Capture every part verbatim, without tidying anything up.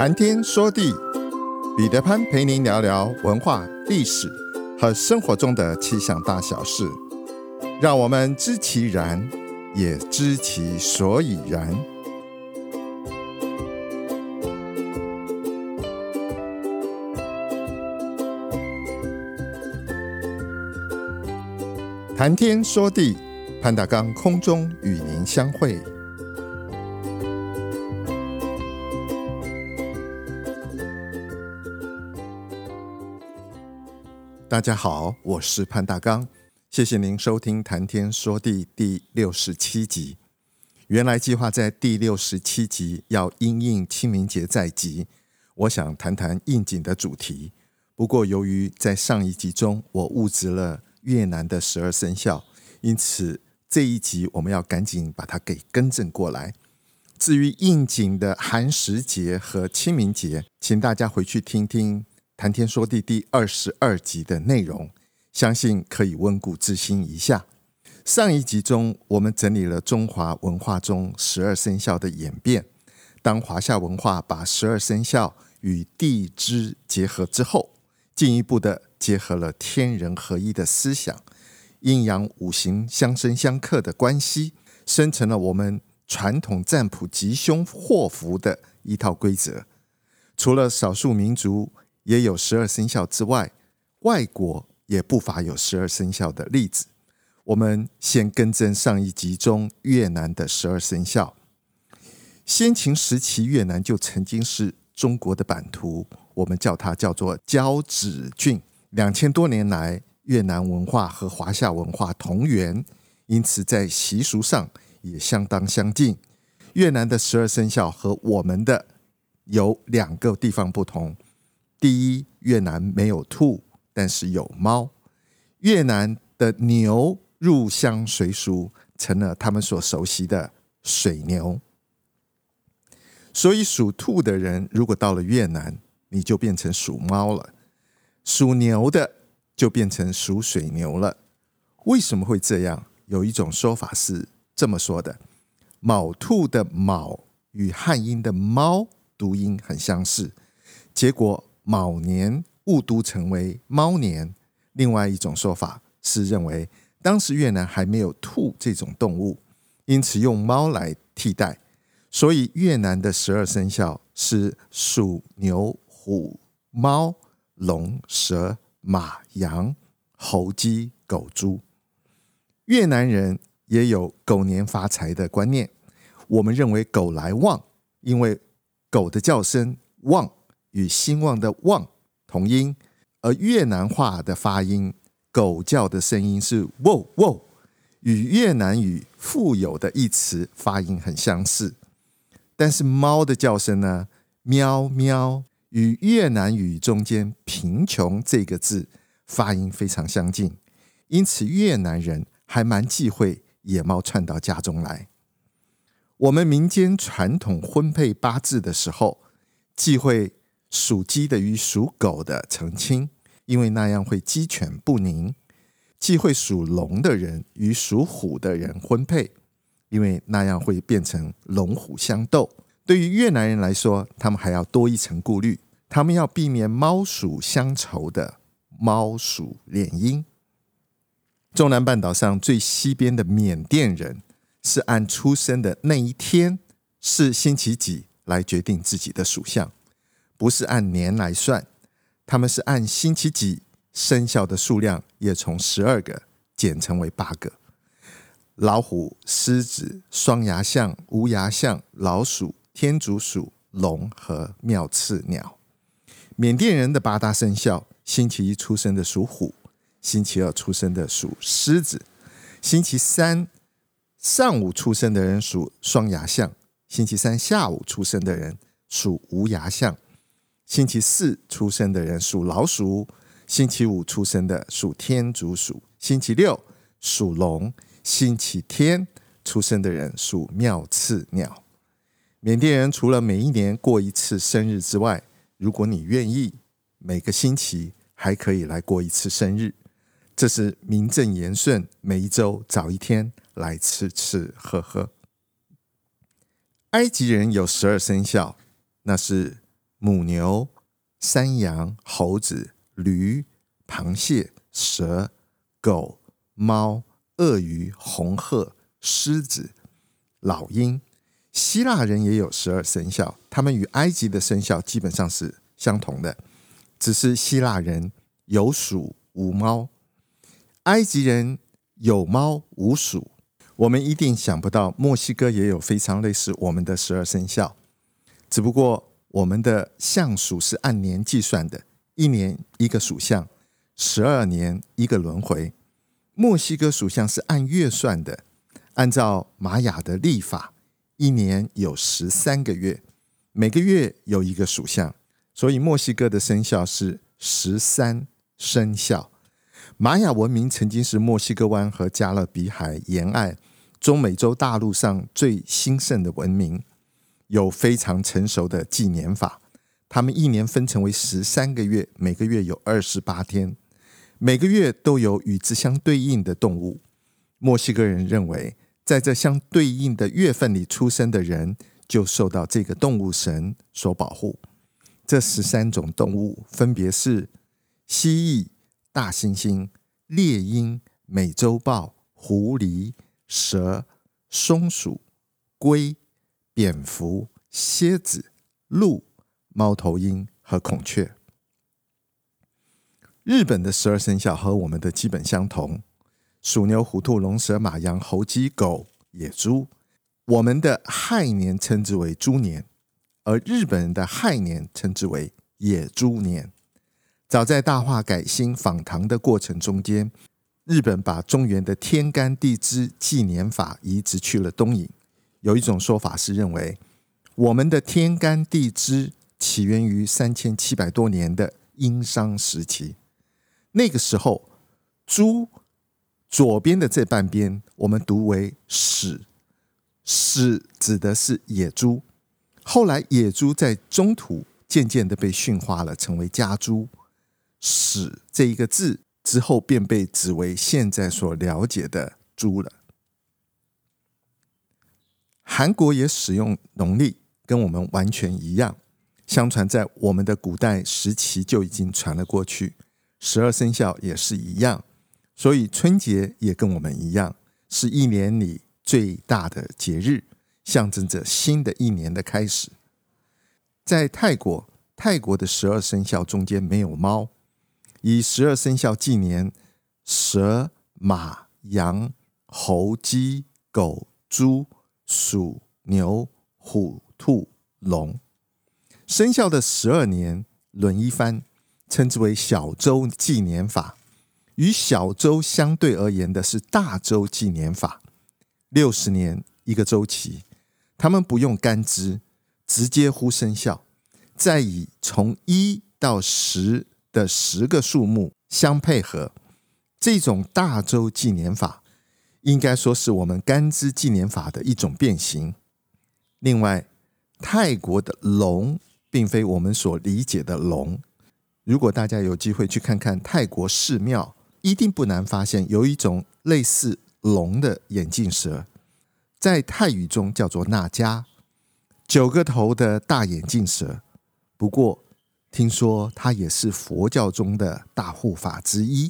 谈天说地，彼得潘陪您聊聊文化、历史和生活中的奇想大小事，让我们知其然，也知其所以然。谈天说地，潘大刚空中与您相会。大家好，我是潘大刚，谢谢您收听谈天说地第六十七集。原来计划在第六十七集要因应清明节在即，我想谈谈应景的主题。不过由于在上一集中我误植了越南的十二生肖，因此这一集我们要赶紧把它给更正过来。至于应景的寒食节和清明节，请大家回去听听谈天说地第二十二集的内容，相信可以温故知新一下。上一集中我们整理了中华文化中十二生肖的演变，当华夏文化把十二生肖与地支结合之后，进一步的结合了天人合一的思想，阴阳五行相生相克的关系，生成了我们传统占卜吉凶祸福的一套规则。除了少数民族也有十二生肖之外，外国也不乏有十二生肖的例子。我们先更正上一集中越南的十二生肖。先秦时期越南就曾经是中国的版图，我们叫它叫做交趾郡。两千多年来，越南文化和华夏文化同源，因此在习俗上也相当相近。越南的十二生肖和我们的有两个地方不同。第一，越南没有兔，但是有猫。越南的牛入乡随俗，成了他们所熟悉的水牛。所以属兔的人如果到了越南，你就变成属猫了；属牛的就变成属水牛了。为什么会这样？有一种说法是这么说的：卯兔的卯与汉音的猫读音很相似，结果卯年误读成为猫年。另外一种说法是认为当时越南还没有兔这种动物，因此用猫来替代。所以越南的十二生肖是鼠、牛、虎、猫、龙、蛇、马、羊、猴、鸡、狗、猪。越南人也有狗年发财的观念，我们认为狗来旺，因为狗的叫声旺与兴旺的旺同音，而越南话的发音狗叫的声音是喔喔，与越南语富有的一词发音很相似。但是猫的叫声呢，喵喵，与越南语中间贫穷这个字发音非常相近，因此越南人还蛮忌讳野猫窜到家中来。我们民间传统婚配八字的时候，忌讳属鸡的与属狗的成亲，因为那样会鸡犬不宁；忌讳属龙的人与属虎的人婚配，因为那样会变成龙虎相斗。对于越南人来说，他们还要多一层顾虑，他们要避免猫鼠相仇的猫鼠联姻。中南半岛上最西边的缅甸人是按出生的那一天是星期几来决定自己的属相，不是按年来算，他们是按星期几，生肖的数量也从十二个减成为八个。老虎、狮子、双牙象、无牙象、老鼠、天竺鼠、龙和妙翅鸟。缅甸人的八大生肖，星期一出生的属虎，星期二出生的属狮子，星期三上午出生的人属双牙象，星期三下午出生的人属无牙象，星期四出生的人属老鼠，星期五出生的属天竺鼠，星期六属龙，星期天出生的人属妙翅鸟。缅甸人除了每一年过一次生日之外，如果你愿意，每个星期还可以来过一次生日，这是名正言顺，每一周早一天来吃吃喝喝。埃及人有十二生肖，那是母牛、山羊、猴子、驴、螃蟹、蛇、狗、猫、鳄鱼、红鹤、狮子、老鹰。希腊人也有十二生肖，他们与埃及的生肖基本上是相同的，只是希腊人有鼠无猫，埃及人有猫无鼠。我们一定想不到墨西哥也有非常类似我们的十二生肖，只不过我们的象数是按年计算的，一年一个属相，十二年一个轮回。墨西哥属相是按月算的，按照玛雅的历法，一年有十三个月，每个月有一个属相，所以墨西哥的生肖是十三生肖。玛雅文明曾经是墨西哥湾和加勒比海沿岸中美洲大陆上最兴盛的文明，有非常成熟的纪年法。他们一年分成为十三个月，每个月有二十八天，每个月都有与之相对应的动物。墨西哥人认为，在这相对应的月份里出生的人，就受到这个动物神所保护。这十三种动物分别是蜥蜴、大猩猩、猎鹰、美洲豹、狐狸、蛇、松鼠、龟、蝙蝠、蝎子、鹿、猫头鹰和孔雀。日本的十二生肖和我们的基本相同，鼠牛虎兔龙蛇马羊猴鸡狗野猪。我们的亥年称之为猪年，而日本人的亥年称之为野猪年。早在大化改新访唐的过程中间，日本把中原的天干地支纪年法移植去了东瀛。有一种说法是认为，我们的天干地支起源于三千七百多年的殷商时期。那个时候，猪左边的这半边我们读为豕，豕指的是野猪。后来野猪在中土渐渐的被驯化了，成为家猪。豕这一个字之后便被指为现在所了解的猪了。韩国也使用农历，跟我们完全一样，相传在我们的古代时期就已经传了过去。十二生肖也是一样，所以春节也跟我们一样，是一年里最大的节日，象征着新的一年的开始。在泰国，泰国的十二生肖中间没有猫，以十二生肖纪年，蛇、马、羊、猴、鸡、狗、猪、鼠、牛、虎、兔、龙。生肖的十二年轮一番，称之为小周纪年法。与小周相对而言的是大周纪年法，六十年一个周期。他们不用干支，直接呼生肖，再以从一到十的十个数目相配合。这种大周纪年法应该说是我们干支纪年法的一种变形。另外，泰国的龙并非我们所理解的龙。如果大家有机会去看看泰国寺庙，一定不难发现有一种类似龙的眼镜蛇，在泰语中叫做那迦，九个头的大眼镜蛇。不过听说它也是佛教中的大护法之一。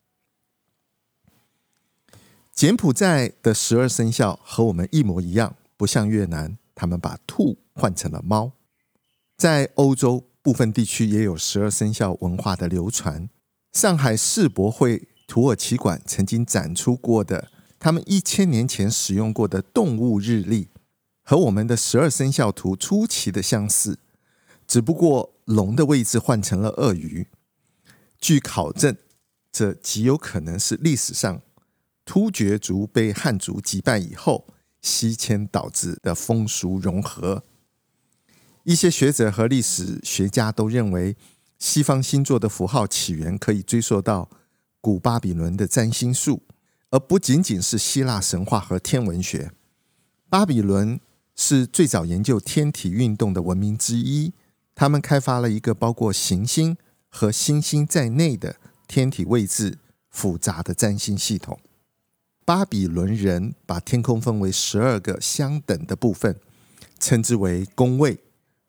柬埔寨的十二生肖和我们一模一样，不像越南，他们把兔换成了猫。在欧洲部分地区也有十二生肖文化的流传。上海世博会土耳其馆曾经展出过的他们一千年前使用过的动物日历，和我们的十二生肖图出奇的相似，只不过龙的位置换成了鳄鱼。据考证，这极有可能是历史上突厥族被汉族击败以后西迁导致的风俗融合。一些学者和历史学家都认为，西方星座的符号起源可以追溯到古巴比伦的占星术，而不仅仅是希腊神话和天文学。巴比伦是最早研究天体运动的文明之一，他们开发了一个包括行星和星星在内的天体位置复杂的占星系统。巴比伦人把天空分为十二个相等的部分，称之为宫位，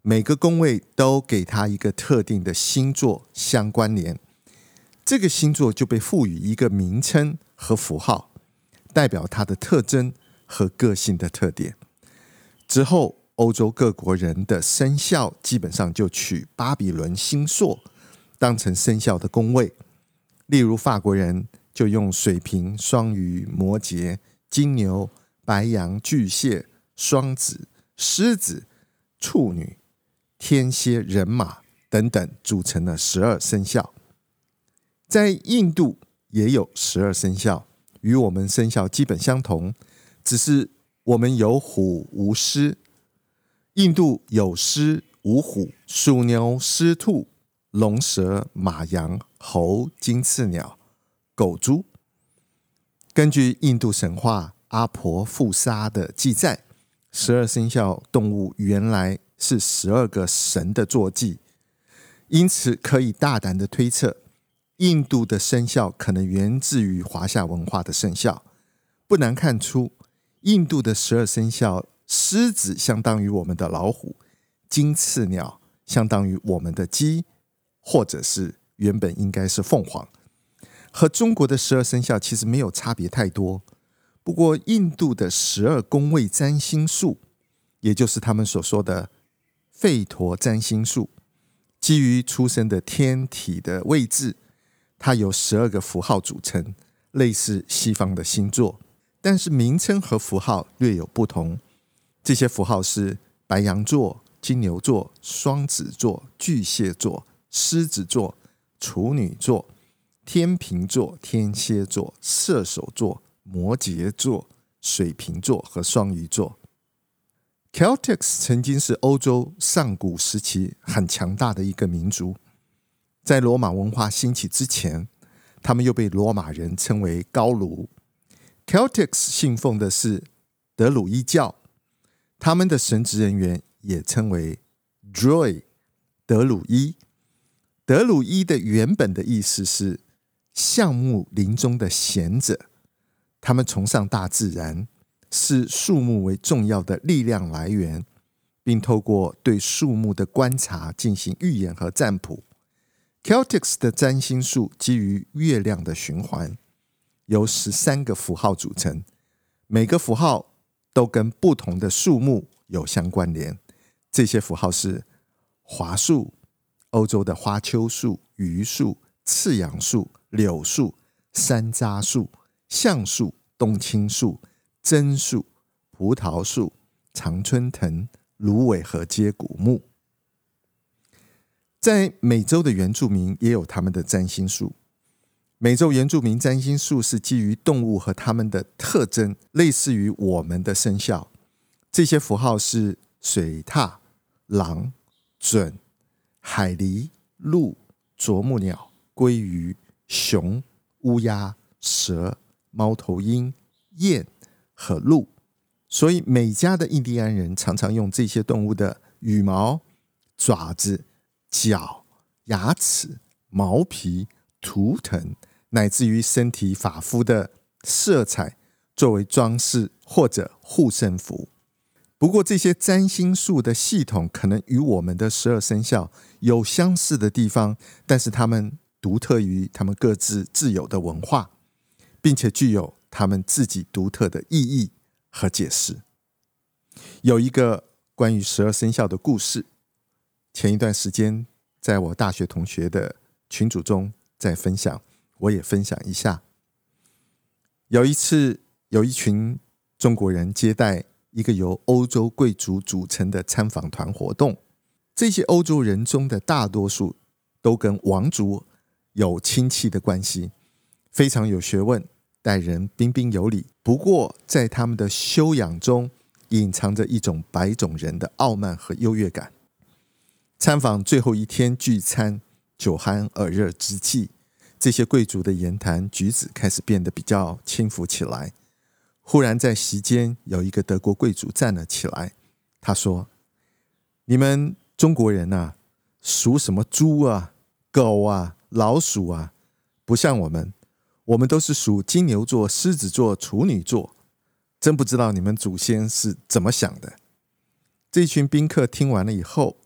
每个宫位都给他一个特定的星座相关联，这个星座就被赋予一个名称和符号，代表它的特征和个性的特点。之后欧洲各国人的生肖基本上就取巴比伦星座当成生肖的宫位，例如法国人就用水瓶、双鱼、摩羯、金牛、白羊、巨蟹、双子、狮子、处女、天蝎、人马等等组成了十二生肖。在印度也有十二生肖，与我们生肖基本相同，只是我们有虎无狮。印度有狮无虎，属牛、狮、兔、龙、蛇、马、羊、猴、金翅鸟、狗、猪。根据印度神话阿婆富沙的记载，十二生肖动物原来是十二个神的坐骑，因此可以大胆的推测，印度的生肖可能源自于华夏文化的生肖。不难看出，印度的十二生肖，狮子相当于我们的老虎，金翅鸟相当于我们的鸡，或者是原本应该是凤凰，和中国的十二生肖其实没有差别太多。不过印度的十二宫位占星术，也就是他们所说的吠陀占星术，基于出生的天体的位置，它由十二个符号组成，类似西方的星座，但是名称和符号略有不同。这些符号是白羊座、金牛座、双子座、巨蟹座、狮子座、处女座、天秤座、天蝎座、射手座、摩羯座、水瓶座和双鱼座。Celtics 曾经是欧洲上古时期很强大的一个民族，在罗马文化兴起之前，他们又被罗马人称为高卢。Celtics 信奉的是德鲁伊教，他们的神职人员也称为 Druid 德鲁伊。德鲁伊的原本的意思是橡木林中的贤者，他们崇尚大自然，视树木为重要的力量来源，并透过对树木的观察进行预言和占卜。Celtics 的占星术基于月亮的循环，由十三个符号组成，每个符号都跟不同的树木有相关联。这些符号是桦树、欧洲的花楸树、榆树、刺杨树、柳树、山楂树、橡树、冬青树、榛树、葡萄树、常春藤、芦苇和接骨木。在美洲的原住民也有他们的占星术。美洲原住民占星术是基于动物和它们的特征，类似于我们的生肖。这些符号是水獭、狼、隼、海狸、鹿、啄木鸟、鲑鱼、熊、乌鸦、蛇、猫头鹰、雁和鹿。所以美加的印第安人常常用这些动物的羽毛、爪子、脚、牙齿、毛皮、图腾，乃至于身体发肤的色彩作为装饰或者护身符。不过这些占星术的系统可能与我们的十二生肖有相似的地方，但是他们独特于他们各自自有的文化，并且具有他们自己独特的意义和解释。有一个关于十二生肖的故事，前一段时间在我大学同学的群组中在分享，我也分享一下。有一次有一群中国人接待一个由欧洲贵族组成的参访团活动，这些欧洲人中的大多数都跟王族有亲戚的关系，非常有学问，待人彬彬有礼。不过在他们的修养中隐藏着一种白种人的傲慢和优越感。参访最后一天聚餐，酒酣耳热之际，这些贵族的言谈举止开始变得比较轻浮起来。忽然在席间有一个德国贵族站了起来，他说：你们中国人啊，属什么猪啊、狗啊、老鼠啊，不像我们，我们都是属金牛座、狮子座、处女座，真不知道你们祖先是怎么想的。这一群宾客听完了以后，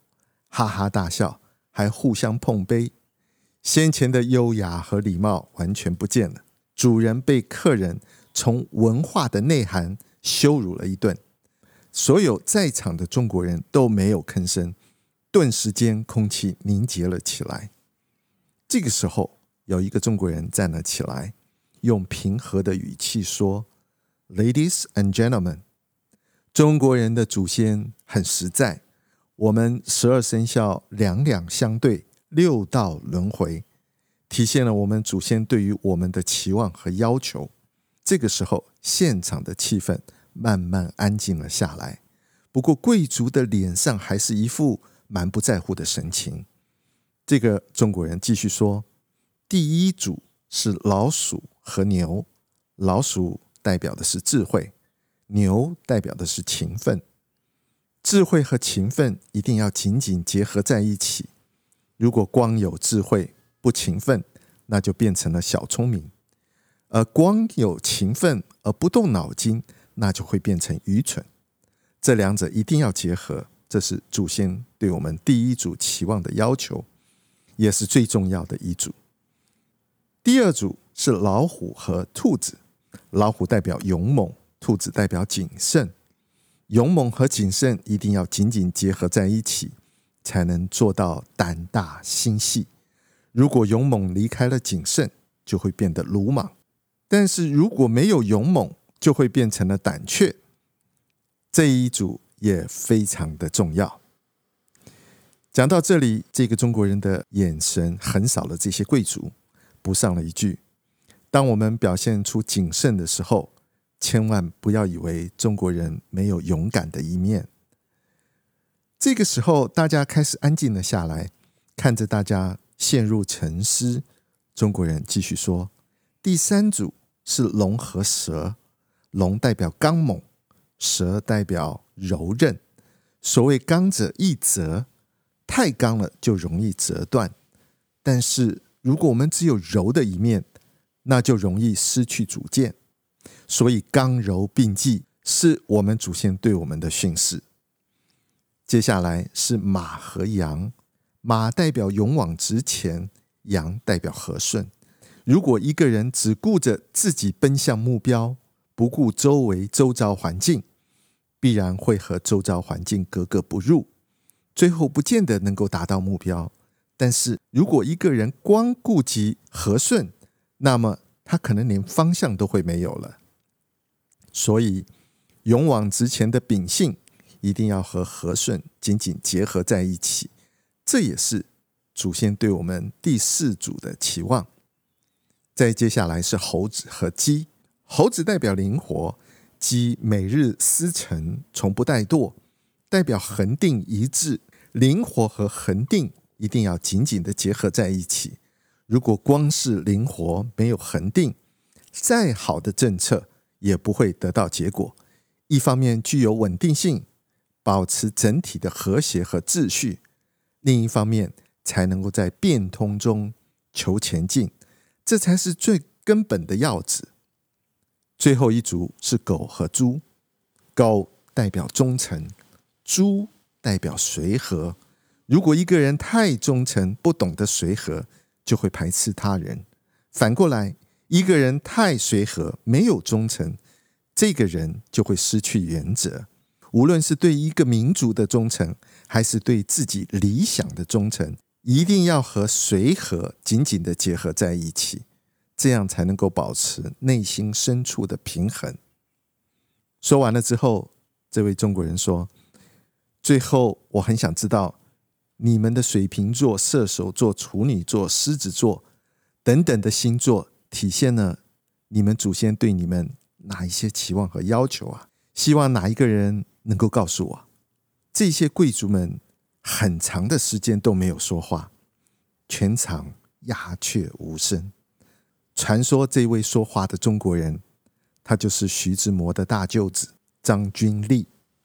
哈哈大笑，还互相碰杯。先前的优雅和礼貌完全不见了，主人被客人从文化的内涵羞辱了一顿。所有在场的中国人都没有吭声，顿时间空气凝结了起来。这个时候，有一个中国人站了起来，用平和的语气说 Ladies and gentlemen， 中国人的祖先很实在，我们十二生肖两两相对，六道轮回，体现了我们祖先对于我们的期望和要求。这个时候，现场的气氛慢慢安静了下来，不过贵族的脸上还是一副蛮不在乎的神情。这个中国人继续说，第一组是老鼠和牛，老鼠代表的是智慧，牛代表的是勤奋。智慧和勤奋一定要紧紧结合在一起，如果光有智慧不勤奋，那就变成了小聪明，而光有勤奋而不动脑筋，那就会变成愚蠢。这两者一定要结合，这是祖先对我们第一组期望的要求，也是最重要的一组。第二组是老虎和兔子，老虎代表勇猛，兔子代表谨慎。勇猛和谨慎一定要紧紧结合在一起，才能做到胆大心细。如果勇猛离开了谨慎，就会变得鲁莽，但是如果没有勇猛，就会变成了胆怯。这一组也非常的重要。讲到这里，这个中国人的眼神横扫了这些贵族，补上了一句，当我们表现出谨慎的时候，千万不要以为中国人没有勇敢的一面。这个时候，大家开始安静了下来，看着大家陷入沉思。中国人继续说，第三组是龙和蛇，龙代表刚猛，蛇代表柔韧。所谓刚者易折，太刚了就容易折断，但是如果我们只有柔的一面，那就容易失去主见。所以刚柔并济是我们祖先对我们的训示。接下来是马和羊，马代表勇往直前，羊代表和顺。如果一个人只顾着自己奔向目标，不顾周围周遭环境，必然会和周遭环境格格不入，最后不见得能够达到目标。但是如果一个人光顾及和顺，那么他可能连方向都会没有了。所以勇往直前的秉性一定要和和顺紧紧结合在一起，这也是祖先对我们第四组的期望。再接下来是猴子和鸡，猴子代表灵活，鸡每日思晨，从不怠惰，代表恒定一致。灵活和恒定一定要紧紧的结合在一起，如果光是灵活没有恒定，再好的政策也不会得到结果。一方面具有稳定性，保持整体的和谐和秩序，另一方面才能够在变通中求前进，这才是最根本的要旨。最后一组是狗和猪，狗代表忠诚，猪代表随和。如果一个人太忠诚，不懂得随和，就会排斥他人。反过来，一个人太随和，没有忠诚，这个人就会失去原则。无论是对一个民族的忠诚，还是对自己理想的忠诚，一定要和随和紧紧的结合在一起，这样才能够保持内心深处的平衡。说完了之后，这位中国人说，最后我很想知道你们的水瓶座、射手座、处女座、狮子座等等的星座体现了你们祖先对你们哪一些期望和要求啊？希望哪一个人能够告诉我。这些贵族们很长的时间都没有说话，全场鸦雀无声。传说这位说话的中国人，他就是徐志摩的大舅子张君丽。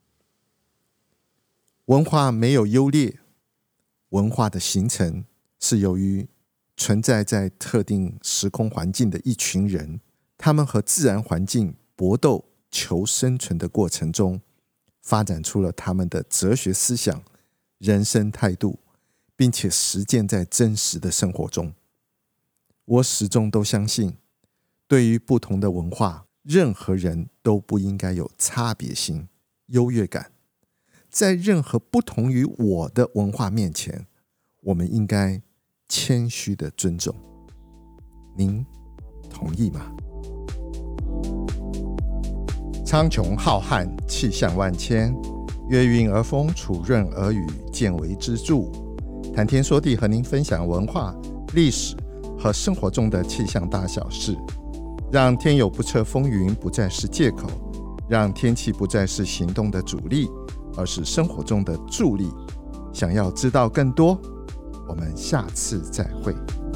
文化没有优劣，文化的形成是由于存在在特定时空环境的一群人，他们和自然环境搏斗求生存的过程中，发展出了他们的哲学思想、 人生态度，并且实践在真实的生活中。我始终都相信，对于不同的文化，任何人都不应该有差别心、优越感。在任何不同于我的文化面前，我们应该谦虚的尊重。您同意吗？苍穹浩瀚，气象万千，月晕而风，楚润而雨，见为之助。谈天说地，和您分享文化、历史和生活中的气象大小事，让天有不测风云不再是借口，让天气不再是行动的阻力，而是生活中的助力。想要知道更多，我们下次再会。